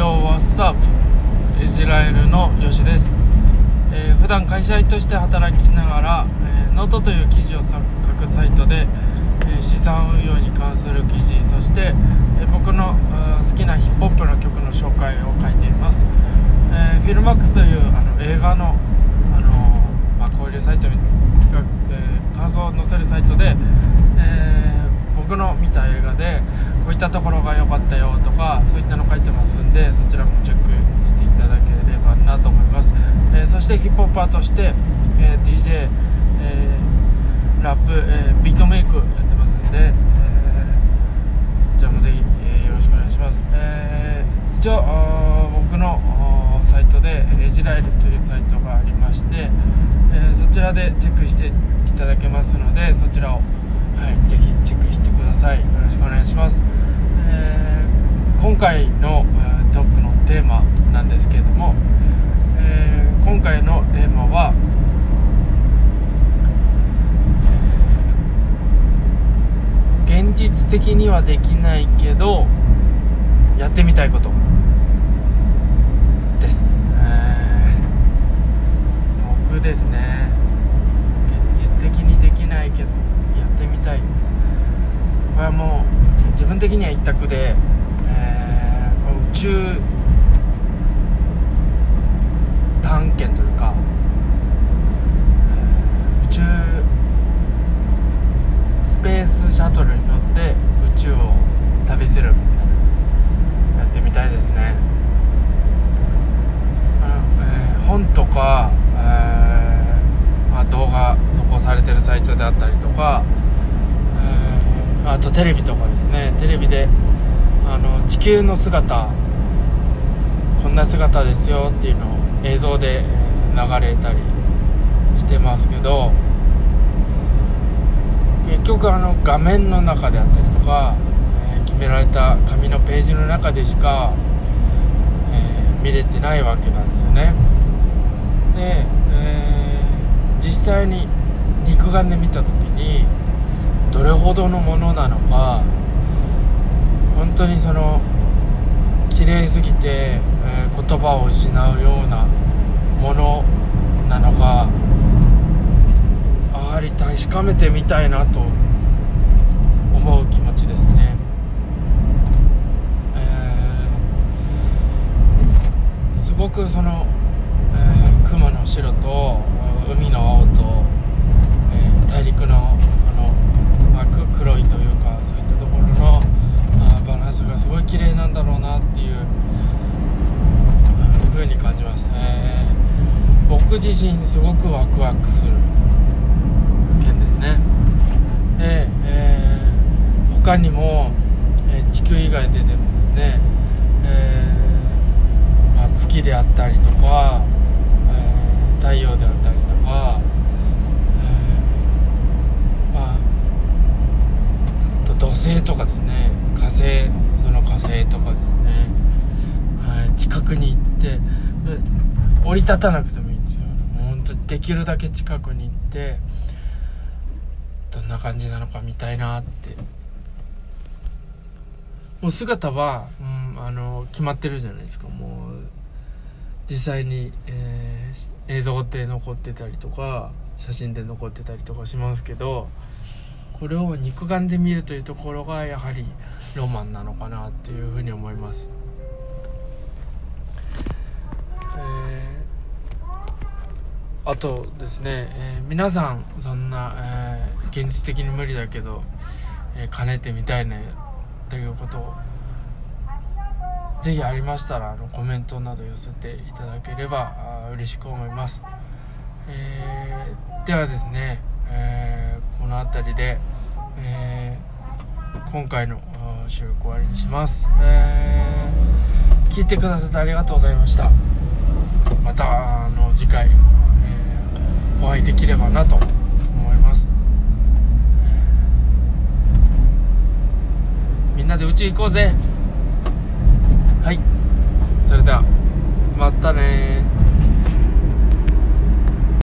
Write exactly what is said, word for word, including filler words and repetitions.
Yo, what's up? イスラエルのヨシです。えー、普段会社員として働きながら、えー、ノートという記事を書くサイトで、えー、資産運用に関する記事、そして、えー、僕の好きなヒップホップの曲の紹介を書いています。えー、フィルマックスというあの映画の、あのーまあ、こういうサイトに企画、えー、感想を載せるサイトで、えー僕の見た映画でこういったところが良かったよとかそういったの書いてますんで、そちらもチェックしていただければなと思います。えー、そしてヒップホッパーとして、えー、ディージェー、えー、ラップ、えー、ビートメイクやってますんで、えー、そちらもぜひ、えー、よろしくお願いします。えー、一応僕のサイトでエジラエルというサイトがありまして、えー、そちらでチェックしていただけますので、そちらをはい、ぜひチェックしてください。よろしくお願いします。えー、今回の、えー、トークのテーマなんですけれども、えー、今回のテーマは、えー、現実的にはできないけどやってみたいことです。えー、僕ですね、現実的にできないけどやってみたい、これはもう自分的には一択で、えー、こう宇宙探検というか、えー、宇宙スペースシャトルに乗って宇宙を旅するみたいな、やってみたいですね。あの、えー、本とか、えーまあ、動画投稿されてるサイトであったりとか、えー、あとテレビとかですね、テレビであの地球の姿、こんな姿ですよっていうのを映像で流れたりしてますけど、結局あの画面の中であったりとか、えー、決められた紙のページの中でしか、えー、見れてないわけなんですよね。で、えー、実際に肉眼で見た時にどれほどのものなのか、本当にその綺麗すぎて、えー、言葉を失うようなものなのか、やはり確かめてみたいなと思う気持ちですね。えー、すごくその、えー、雲の白と海の青と、えー、大陸のあの、まあ、黒いというか、そういったところのあバランスがすごい綺麗なんだろうなっていう風に感じます。えー、僕自身すごくワクワクする件ですね。で、えー、他にも、えー、地球以外ででもですね、えーまあ、月であったりとか、えー、太陽であったりとか、土星とかですね、火星、その火星とかですね、はい、近くに行って降り立たなくてもいいんですよ。もう本当できるだけ近くに行ってどんな感じなのか見たいなって。もう姿は、うん、あの決まってるじゃないですか。もう実際に、えー、映像って残ってたりとか写真で残ってたりとかしますけど、これを肉眼で見るというところがやはりロマンなのかなっていうふうに思います。えー、あとですね、えー、皆さんそんな、えー、現実的に無理だけど、えー、叶えてみたいねということをぜひありましたら、あのコメントなど寄せていただければあ嬉しく思います。えー、ではですね、えーこの辺りで、えー、今回の収録終わりにします。えー、聞いてくださってありがとうございました。またあの次回、えー、お会いできればなと思います。えー、みんなで宇宙行こうぜ。はい、それではまたね。